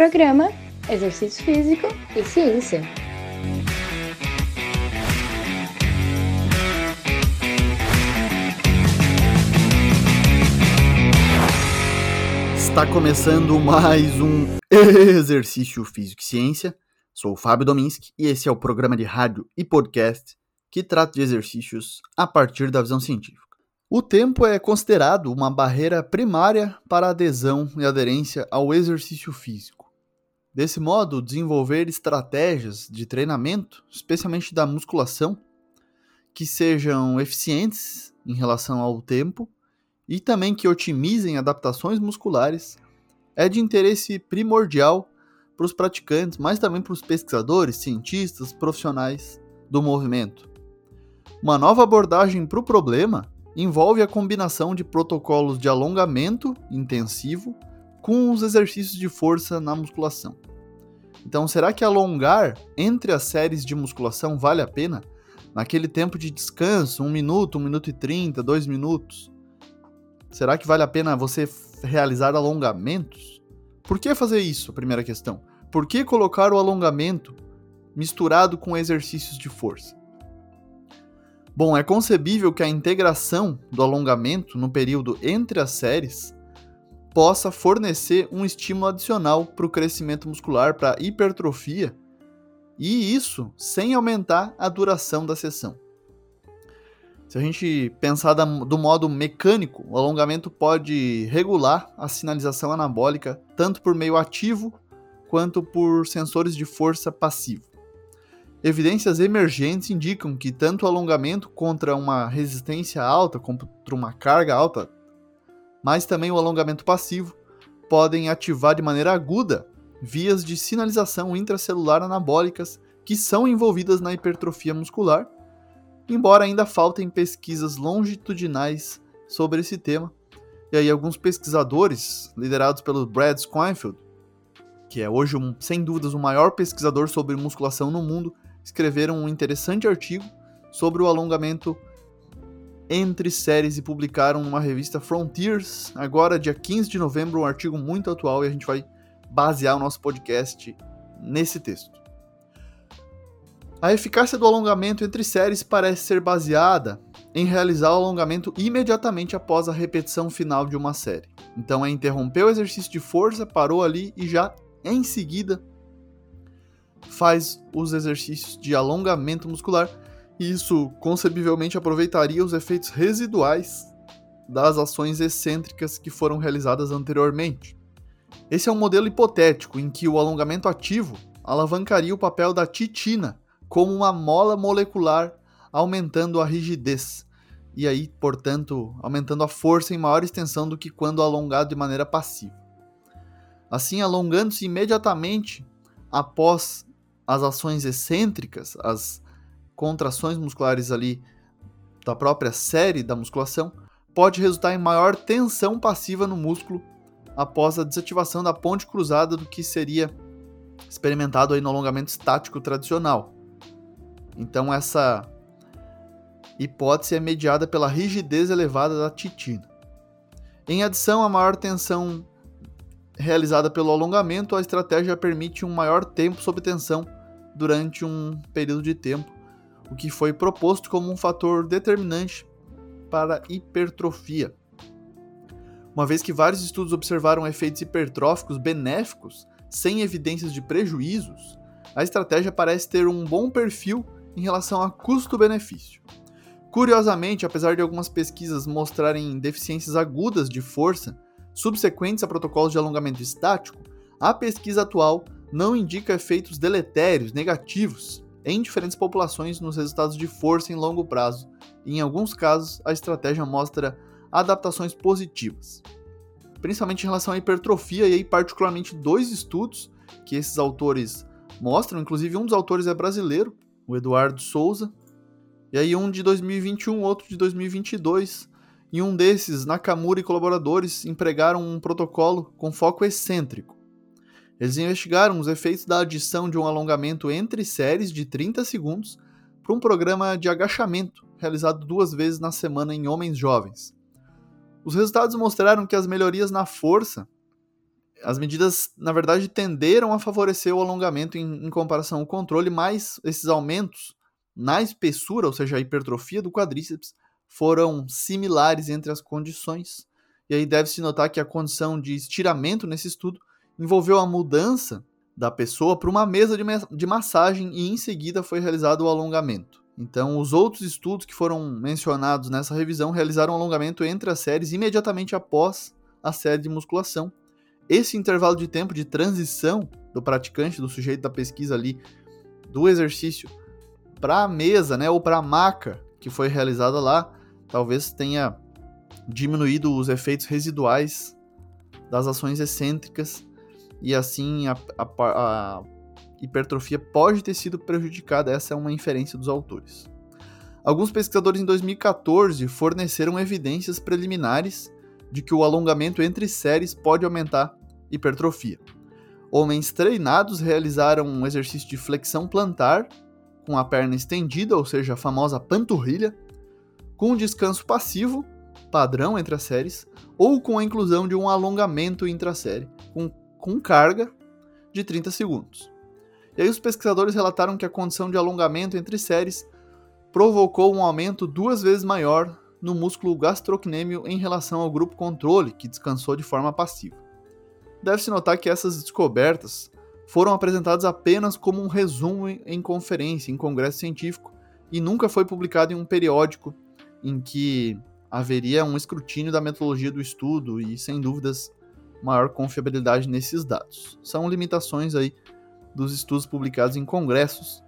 Programa Exercício Físico e Ciência. Está começando mais um Exercício Físico e Ciência. Sou o Fábio Dominski e esse é o programa de rádio e podcast que trata de exercícios a partir da visão científica. O tempo é considerado uma barreira primária para a adesão e aderência ao exercício físico. Desse modo, desenvolver estratégias de treinamento, especialmente da musculação, que sejam eficientes em relação ao tempo e também que otimizem adaptações musculares, é de interesse primordial para os praticantes, mas também para os pesquisadores, cientistas, profissionais do movimento. Uma nova abordagem para o problema envolve a combinação de protocolos de alongamento intensivo com os exercícios de força na musculação. Então, será que alongar entre as séries de musculação vale a pena? Naquele tempo de descanso, 1 minuto, 1 minuto e 30, 2 minutos? Será que vale a pena você realizar alongamentos? Por que fazer isso? Primeira questão. Por que colocar o alongamento misturado com exercícios de força? Bom, é concebível que a integração do alongamento no período entre as séries possa fornecer um estímulo adicional para o crescimento muscular, para a hipertrofia, e isso sem aumentar a duração da sessão. Se a gente pensar do modo mecânico, o alongamento pode regular a sinalização anabólica tanto por meio ativo quanto por sensores de força passivo. Evidências emergentes indicam que tanto o alongamento contra uma resistência alta, contra uma carga alta, mas também o alongamento passivo podem ativar de maneira aguda vias de sinalização intracelular anabólicas que são envolvidas na hipertrofia muscular, embora ainda faltem pesquisas longitudinais sobre esse tema. E aí alguns pesquisadores, liderados pelo Brad Schoenfeld, que é hoje, sem dúvidas, o maior pesquisador sobre musculação no mundo, escreveram um interessante artigo sobre o alongamento entre séries e publicaram numa revista Frontiers, agora dia 15 de novembro, um artigo muito atual, e a gente vai basear o nosso podcast nesse texto. A eficácia do alongamento entre séries parece ser baseada em realizar o alongamento imediatamente após a repetição final de uma série. Então é interromper o exercício de força, parou ali e já em seguida faz os exercícios de alongamento muscular, e isso concebivelmente aproveitaria os efeitos residuais das ações excêntricas que foram realizadas anteriormente. Esse é um modelo hipotético em que o alongamento ativo alavancaria o papel da titina como uma mola molecular, aumentando a rigidez, e aí, portanto, aumentando a força em maior extensão do que quando alongado de maneira passiva. Assim, alongando-se imediatamente após as ações excêntricas, as contrações musculares ali da própria série da musculação, pode resultar em maior tensão passiva no músculo após a desativação da ponte cruzada do que seria experimentado aí no alongamento estático tradicional. Então essa hipótese é mediada pela rigidez elevada da titina. Em adição à maior tensão realizada pelo alongamento, a estratégia permite um maior tempo sob tensão durante um período de tempo, o que foi proposto como um fator determinante para a hipertrofia. Uma vez que vários estudos observaram efeitos hipertróficos benéficos sem evidências de prejuízos, a estratégia parece ter um bom perfil em relação a custo-benefício. Curiosamente, apesar de algumas pesquisas mostrarem deficiências agudas de força subsequentes a protocolos de alongamento estático, a pesquisa atual não indica efeitos deletérios, negativos, em diferentes populações nos resultados de força em longo prazo, e em alguns casos a estratégia mostra adaptações positivas, principalmente em relação à hipertrofia, e aí particularmente 2 estudos que esses autores mostram, inclusive um dos autores é brasileiro, o Eduardo Souza, e aí um de 2021, outro de 2022, e um desses, Nakamura e colaboradores, empregaram um protocolo com foco excêntrico. Eles investigaram os efeitos da adição de um alongamento entre séries de 30 segundos para um programa de agachamento realizado 2 vezes na semana em homens jovens. Os resultados mostraram que as melhorias na força As medidas, na verdade, tenderam a favorecer o alongamento em comparação ao controle, mas esses aumentos na espessura, ou seja, a hipertrofia do quadríceps, foram similares entre as condições. E aí deve-se notar que a condição de estiramento nesse estudo envolveu a mudança da pessoa para uma mesa de massagem e em seguida foi realizado o alongamento. Então, os outros estudos que foram mencionados nessa revisão realizaram alongamento entre as séries imediatamente após a série de musculação. Esse intervalo de tempo de transição do praticante, do sujeito da pesquisa ali, do exercício para a mesa, né, ou para a maca que foi realizada lá, talvez tenha diminuído os efeitos residuais das ações excêntricas e assim a hipertrofia pode ter sido prejudicada. Essa é uma inferência dos autores. Alguns pesquisadores em 2014 forneceram evidências preliminares de que o alongamento entre séries pode aumentar hipertrofia. Homens treinados realizaram um exercício de flexão plantar com a perna estendida, ou seja, a famosa panturrilha, com descanso passivo, padrão entre as séries, ou com a inclusão de um alongamento intrasérie, com carga de 30 segundos. E aí os pesquisadores relataram que a condição de alongamento entre séries provocou um aumento 2 vezes maior no músculo gastrocnêmio em relação ao grupo controle, que descansou de forma passiva. Deve-se notar que essas descobertas foram apresentadas apenas como um resumo em conferência, em congresso científico, e nunca foi publicado em um periódico em que haveria um escrutínio da metodologia do estudo e, sem dúvidas, maior confiabilidade nesses dados. São limitações aí dos estudos publicados em congressos.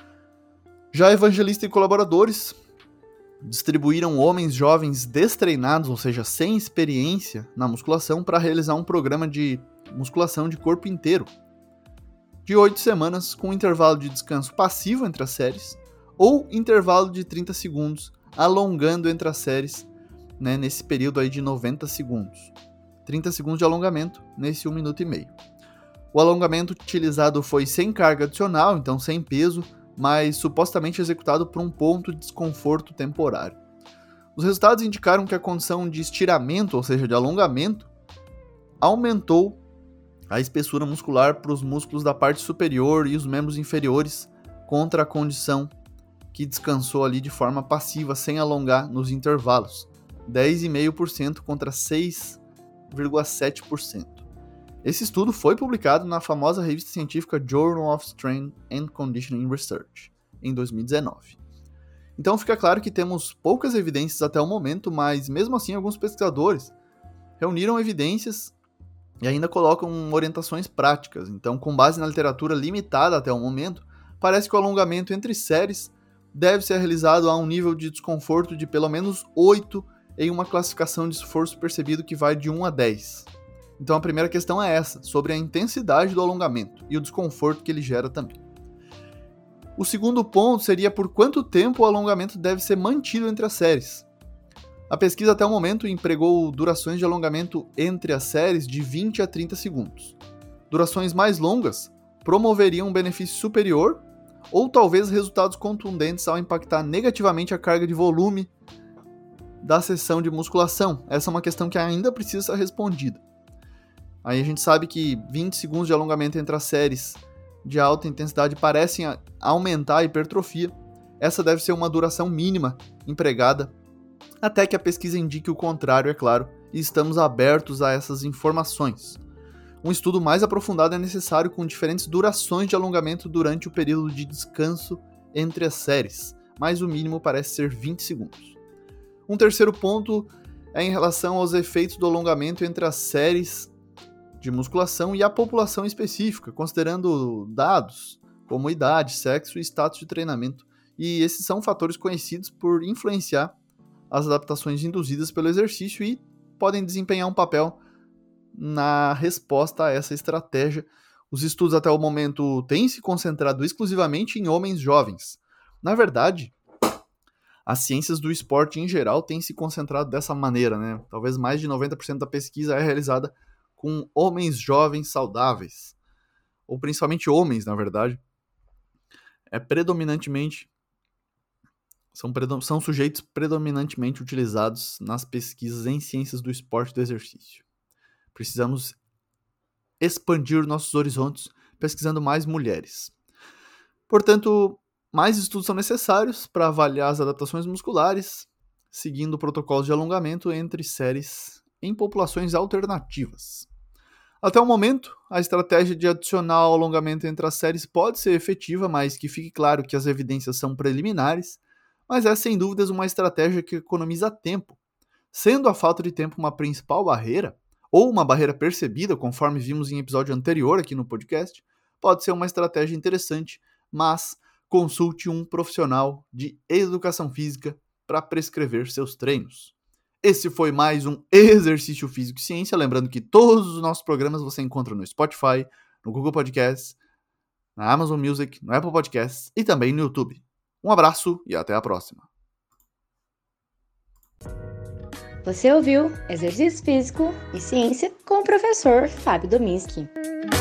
Já Evangelista e colaboradores distribuíram homens jovens destreinados, ou seja, sem experiência na musculação, para realizar um programa de musculação de corpo inteiro, de 8 semanas, com intervalo de descanso passivo entre as séries, ou intervalo de 30 segundos, alongando entre as séries, né, nesse período aí de 90 segundos. 30 segundos de alongamento nesse 1 minuto e meio. O alongamento utilizado foi sem carga adicional, então sem peso, mas supostamente executado por um ponto de desconforto temporário. Os resultados indicaram que a condição de estiramento, ou seja, de alongamento, aumentou a espessura muscular para os músculos da parte superior e os membros inferiores contra a condição que descansou ali de forma passiva, sem alongar nos intervalos. 10,5% contra 6,7%. Esse estudo foi publicado na famosa revista científica Journal of Strength and Conditioning Research, em 2019. Então fica claro que temos poucas evidências até o momento, mas mesmo assim alguns pesquisadores reuniram evidências e ainda colocam orientações práticas. Então, com base na literatura limitada até o momento, parece que o alongamento entre séries deve ser realizado a um nível de desconforto de pelo menos 8 em uma classificação de esforço percebido que vai de 1 a 10. Então a primeira questão é essa, sobre a intensidade do alongamento e o desconforto que ele gera também. O segundo ponto seria por quanto tempo o alongamento deve ser mantido entre as séries. A pesquisa até o momento empregou durações de alongamento entre as séries de 20 a 30 segundos. Durações mais longas promoveriam um benefício superior ou talvez resultados contundentes ao impactar negativamente a carga de volume da sessão de musculação. Essa é uma questão que ainda precisa ser respondida. Aí a gente sabe que 20 segundos de alongamento entre as séries de alta intensidade parecem aumentar a hipertrofia. Essa deve ser uma duração mínima empregada, até que a pesquisa indique o contrário, é claro, e estamos abertos a essas informações. Um estudo mais aprofundado é necessário com diferentes durações de alongamento durante o período de descanso entre as séries, mas o mínimo parece ser 20 segundos. Um terceiro ponto é em relação aos efeitos do alongamento entre as séries de musculação e a população específica, considerando dados como idade, sexo e status de treinamento. E esses são fatores conhecidos por influenciar as adaptações induzidas pelo exercício e podem desempenhar um papel na resposta a essa estratégia. Os estudos até o momento têm se concentrado exclusivamente em homens jovens. Na verdade, as ciências do esporte em geral têm se concentrado dessa maneira, né? Talvez mais de 90% da pesquisa é realizada com homens jovens saudáveis, ou principalmente homens, na verdade. São sujeitos predominantemente utilizados nas pesquisas em ciências do esporte e do exercício. Precisamos expandir nossos horizontes pesquisando mais mulheres. Portanto, mais estudos são necessários para avaliar as adaptações musculares, seguindo protocolos de alongamento entre séries em populações alternativas. Até o momento, a estratégia de adicionar o alongamento entre as séries pode ser efetiva, mas que fique claro que as evidências são preliminares, mas é sem dúvidas uma estratégia que economiza tempo. Sendo a falta de tempo uma principal barreira, ou uma barreira percebida, conforme vimos em episódio anterior aqui no podcast, pode ser uma estratégia interessante, mas consulte um profissional de educação física para prescrever seus treinos. Esse foi mais um Exercício Físico e Ciência. Lembrando que todos os nossos programas você encontra no Spotify, no Google Podcasts, na Amazon Music, no Apple Podcasts e também no YouTube. Um abraço e até a próxima. Você ouviu Exercício Físico e Ciência com o professor Fábio Dominski.